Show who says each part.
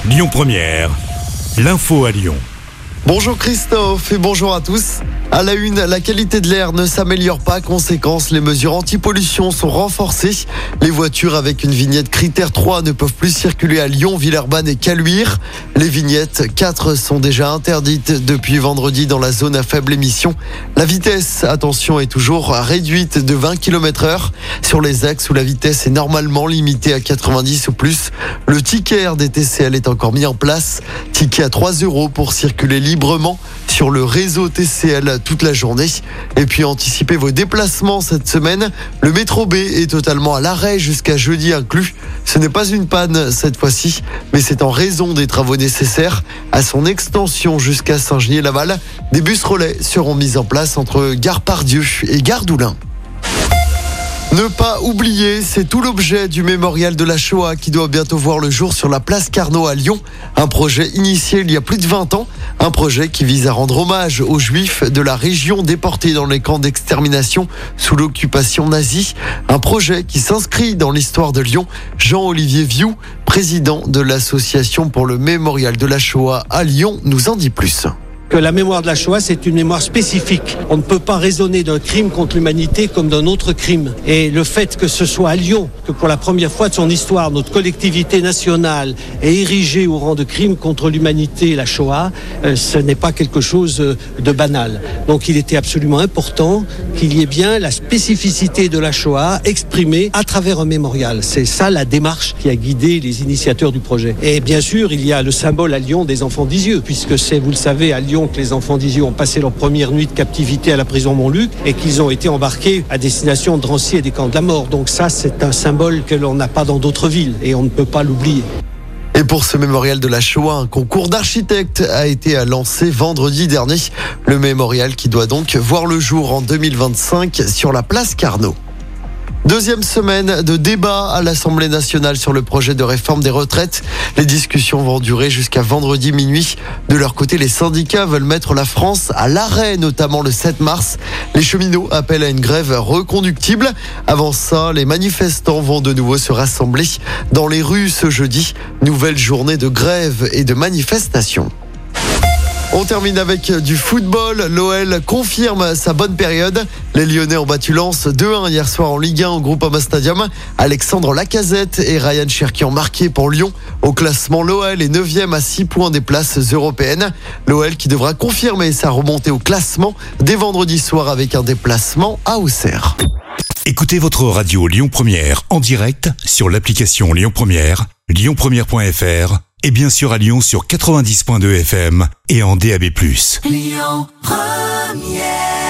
Speaker 1: Lyon Première, l'info à Lyon.
Speaker 2: Bonjour Christophe et bonjour à tous. À la une, la qualité de l'air ne s'améliore pas. Conséquence, les mesures anti-pollution sont renforcées. Les voitures avec une vignette critère 3 ne peuvent plus circuler à Lyon, Villeurbanne et Caluire. Les vignettes 4 sont déjà interdites depuis vendredi dans la zone à faible émission. La vitesse, attention, est toujours réduite de 20 km/h. Sur les axes où la vitesse est normalement limitée à 90 ou plus, le ticket RDTCL est encore mis en place. Ticket à 3 € pour circuler librement sur le réseau TCL toute la journée. Et puis anticipez vos déplacements cette semaine. Le métro B est totalement à l'arrêt jusqu'à jeudi inclus. Ce n'est pas une panne cette fois-ci, mais c'est en raison des travaux nécessaires à son extension jusqu'à Saint-Genis-Laval. Des bus relais seront mis en place entre Gare Pardieu et Gare d'Oulin. Ne pas oublier, c'est tout l'objet du mémorial de la Shoah qui doit bientôt voir le jour sur la place Carnot à Lyon. Un projet initié il y a plus de 20 ans. Un projet qui vise à rendre hommage aux Juifs de la région déportés dans les camps d'extermination sous l'occupation nazie. Un projet qui s'inscrit dans l'histoire de Lyon. Jean-Olivier Viou, président de l'association pour le mémorial de la Shoah à Lyon, nous en dit plus.
Speaker 3: Que la mémoire de la Shoah, c'est une mémoire spécifique. On ne peut pas raisonner d'un crime contre l'humanité comme d'un autre crime. Et le fait que ce soit à Lyon, que pour la première fois de son histoire, notre collectivité nationale est érigée au rang de crime contre l'humanité, la Shoah, ce n'est pas quelque chose de banal. Donc il était absolument important qu'il y ait bien la spécificité de la Shoah exprimée à travers un mémorial. C'est ça la démarche qui a guidé les initiateurs du projet. Et bien sûr, il y a le symbole à Lyon des enfants d'Isieux, puisque c'est, vous le savez, à Lyon que les enfants d'Isieux ont passé leur première nuit de captivité à la prison Montluc et qu'ils ont été embarqués à destination de Drancy et des camps de la mort. Donc ça, c'est un symbole que l'on n'a pas dans d'autres villes et on ne peut pas l'oublier.
Speaker 2: Et pour ce mémorial de la Shoah, un concours d'architectes a été lancé vendredi dernier. Le mémorial qui doit donc voir le jour en 2025 sur la place Carnot. Deuxième semaine de débat à l'Assemblée nationale sur le projet de réforme des retraites. Les discussions vont durer jusqu'à vendredi minuit. De leur côté, les syndicats veulent mettre la France à l'arrêt, notamment le 7 mars. Les cheminots appellent à une grève reconductible. Avant ça, les manifestants vont de nouveau se rassembler dans les rues ce jeudi. Nouvelle journée de grève et de manifestation. On termine avec du football. L'OL confirme sa bonne période. Les Lyonnais ont battu Lens 2-1 hier soir en Ligue 1 au Groupama Stadium. Alexandre Lacazette et Ryan Cherki ont marqué pour Lyon. Au classement, l'OL est 9e à 6 points des places européennes. L'OL qui devra confirmer sa remontée au classement dès vendredi soir avec un déplacement à Auxerre.
Speaker 1: Écoutez votre radio Lyon Première en direct sur l'application Lyon Première, lyonpremière.fr et bien sûr à Lyon sur 90.2 FM et en DAB+.
Speaker 4: Lyon Première.